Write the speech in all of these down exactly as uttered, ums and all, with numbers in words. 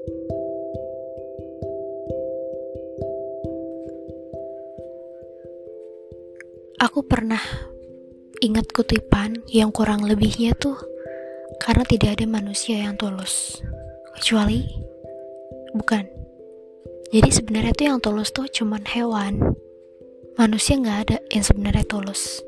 Aku pernah ingat kutipan yang kurang lebihnya tuh karena tidak ada manusia yang tulus kecuali bukan. Jadi sebenarnya tuh yang tulus tuh cuman hewan. Manusia nggak ada yang sebenarnya tulus.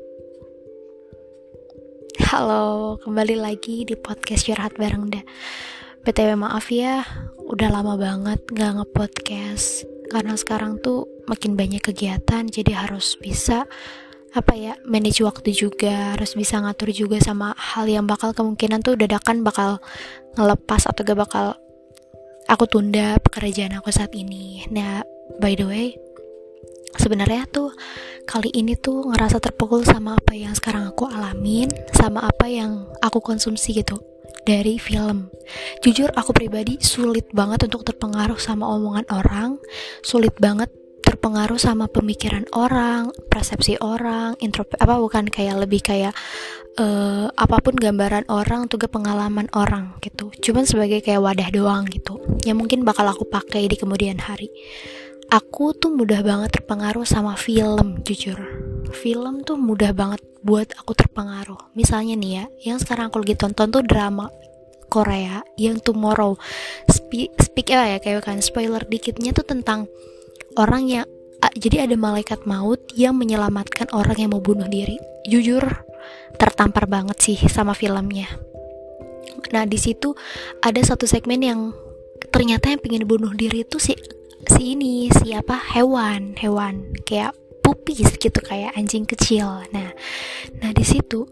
Halo, kembali lagi di podcast Curhat Bareng Da. B T W maaf ya, udah lama banget nggak nge-podcast karena sekarang tuh makin banyak kegiatan, jadi harus bisa apa ya manage waktu juga, harus bisa ngatur juga sama hal yang bakal kemungkinan tuh dadakan bakal ngelepas atau gak bakal aku tunda pekerjaan aku saat ini. Nah, by the way, sebenarnya tuh kali ini tuh ngerasa terpukul sama apa yang sekarang aku alamin, sama apa yang aku konsumsi gitu dari film. Jujur aku pribadi sulit banget untuk terpengaruh sama omongan orang, sulit banget terpengaruh sama pemikiran orang, persepsi orang, intro apa bukan kayak lebih kayak uh, apapun gambaran orang atau pengalaman orang gitu. Cuman sebagai kayak wadah doang gitu. Yang mungkin bakal aku pakai di kemudian hari. Aku tuh mudah banget terpengaruh sama film, jujur. Film tuh mudah banget buat aku terpengaruh. Misalnya nih ya, yang sekarang aku lagi tonton tuh drama Korea yang Tomorrow. Speak, speak ya kayak kan spoiler dikitnya tuh tentang orang yang uh, jadi ada malaikat maut yang menyelamatkan orang yang mau bunuh diri. Jujur tertampar banget sih sama filmnya. Nah di situ ada satu segmen yang ternyata yang pengen bunuh diri itu si si ini siapa hewan hewan kayak pupis gitu kayak anjing kecil. Nah nah di situ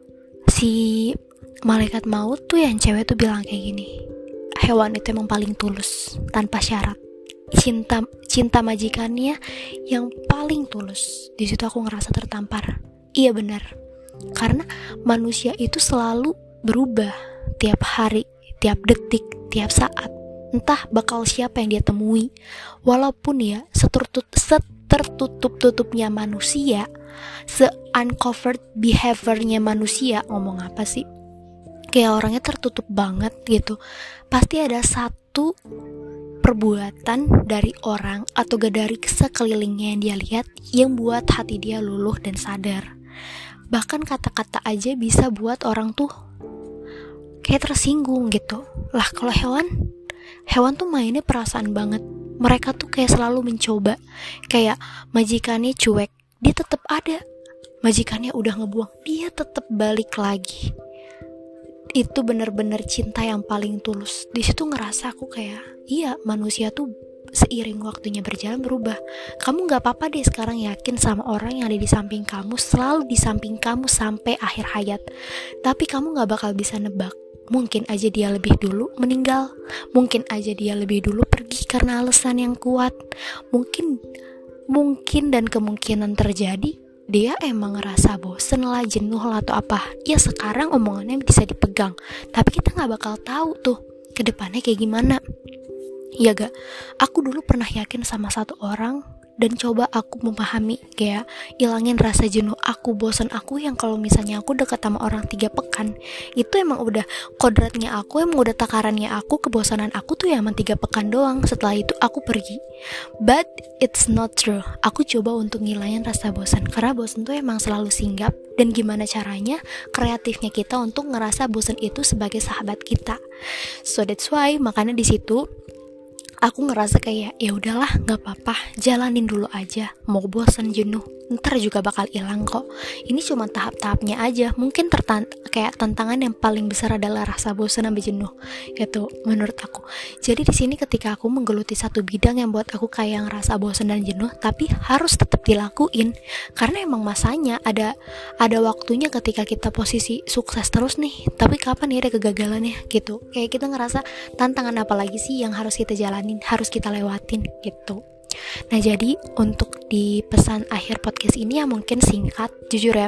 si malaikat maut tuh yang cewek tuh bilang kayak gini, hewan itu emang paling tulus tanpa syarat. cinta cinta majikannya yang paling tulus. Di situ aku ngerasa tertampar. Iya benar, karena manusia itu selalu berubah tiap hari, tiap detik, tiap saat. Entah bakal siapa yang dia temui. Walaupun ya setertutup setertutup-tutupnya manusia, se-uncovered behaviornya manusia, ngomong apa sih? Kayak orangnya tertutup banget gitu. Pasti ada satu perbuatan dari orang atau gak dari sekelilingnya yang dia lihat yang buat hati dia luluh dan sadar. Bahkan kata-kata aja bisa buat orang tuh kayak tersinggung gitu. Lah kalau hewan, hewan tuh mainnya perasaan banget. Mereka tuh kayak selalu mencoba. Kayak majikannya cuek, dia tetap ada. Majikannya udah ngebuang, dia tetap balik lagi. Itu bener-bener cinta yang paling tulus. Di situ ngerasa aku kayak, iya manusia tuh seiring waktunya berjalan berubah. Kamu nggak apa-apa deh sekarang yakin sama orang yang ada di samping kamu, selalu di samping kamu sampai akhir hayat. Tapi kamu nggak bakal bisa nebak. Mungkin aja dia lebih dulu meninggal. Mungkin aja dia lebih dulu pergi karena alasan yang kuat. Mungkin, mungkin dan kemungkinan terjadi dia emang ngerasa bosen lah, jenuh lah atau apa. Ya sekarang omongannya bisa dipegang, tapi kita gak bakal tahu tuh ke depannya kayak gimana. Ya gak, aku dulu pernah yakin sama satu orang dan coba aku memahami, kayak ilangin rasa jenuh aku, bosan aku yang kalau misalnya aku dekat sama orang tiga pekan, itu emang udah kodratnya aku, emang udah takarannya aku, kebosanan aku tuh ya emang tiga pekan doang, setelah itu aku pergi. But it's not true. Aku coba untuk ngilangin rasa bosan, karena bosan tuh emang selalu singgap, dan gimana caranya kreatifnya kita untuk ngerasa bosan itu sebagai sahabat kita. So that's why makanya di situ aku ngerasa kayak ya udahlah, nggak apa-apa, jalanin dulu aja. Mau bosan jenuh, ntar juga bakal hilang kok. Ini cuma tahap-tahapnya aja. Mungkin tertan- kayak tantangan yang paling besar adalah rasa bosan sampai jenuh, gitu menurut aku. Jadi di sini ketika aku menggeluti satu bidang yang buat aku kayak ngerasa bosan dan jenuh, tapi harus tetap dilakuin karena emang masanya ada ada waktunya ketika kita posisi sukses terus nih. Tapi kapan ya ada kegagalannya gitu. Kayak kita ngerasa tantangan apa lagi sih yang harus kita jalanin, harus kita lewatin gitu. Nah jadi untuk di pesan akhir podcast ini ya mungkin singkat, jujur ya,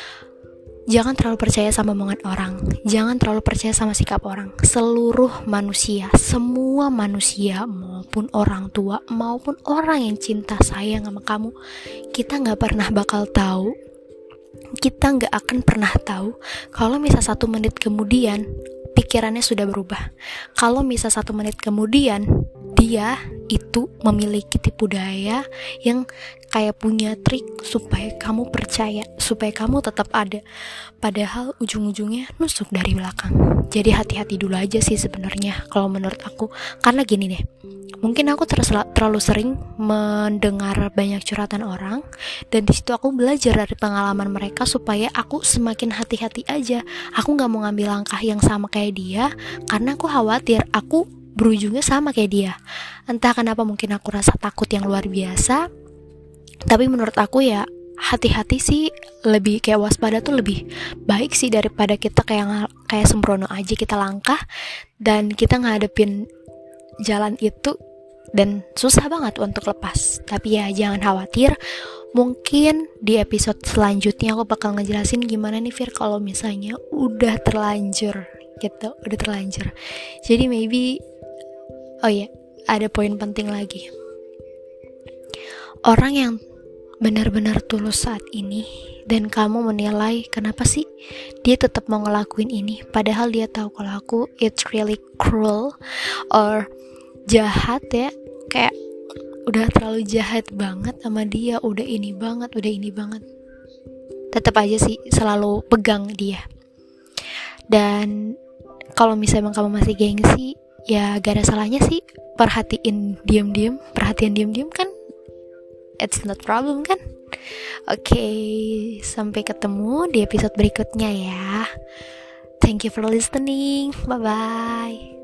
jangan terlalu percaya sama omongan orang, jangan terlalu percaya sama sikap orang. Seluruh manusia, semua manusia, maupun orang tua, maupun orang yang cinta sayang sama kamu, kita gak pernah bakal tahu, kita gak akan pernah tahu kalau misal satu menit kemudian pikirannya sudah berubah. Kalau misal satu menit kemudian dia itu memiliki tipu daya yang kayak punya trik supaya kamu percaya, supaya kamu tetap ada, padahal ujung-ujungnya nusuk dari belakang. Jadi hati-hati dulu aja sih sebenarnya kalau menurut aku. Karena gini deh, mungkin aku terlalu, terlalu sering mendengar banyak curhatan orang, dan di situ aku belajar dari pengalaman mereka supaya aku semakin hati-hati aja. Aku nggak mau ngambil langkah yang sama kayak dia karena aku khawatir aku berujungnya sama kayak dia. Entah kenapa, mungkin aku rasa takut yang luar biasa. Tapi menurut aku ya hati-hati sih, lebih kayak waspada tuh lebih baik sih daripada kita kayak kayak sembrono aja kita langkah dan kita ngadepin jalan itu dan susah banget untuk lepas. Tapi ya jangan khawatir, mungkin di episode selanjutnya aku bakal ngejelasin gimana nih Fir kalau misalnya udah terlanjur gitu, udah terlanjur. Jadi maybe, oh iya, ada poin penting lagi. Orang yang benar-benar tulus saat ini dan kamu menilai kenapa sih dia tetap mau ngelakuin ini, padahal dia tahu kalau aku it's really cruel or jahat ya, kayak udah terlalu jahat banget sama dia, udah ini banget, udah ini banget, tetap aja sih selalu pegang dia. Dan kalau misalnya emang kamu masih gengsi, ya gak ada salahnya sih perhatiin diam-diam, perhatian diam-diam kan it's not problem kan. Oke, okay, sampai ketemu di episode berikutnya ya. Thank you for listening. Bye bye.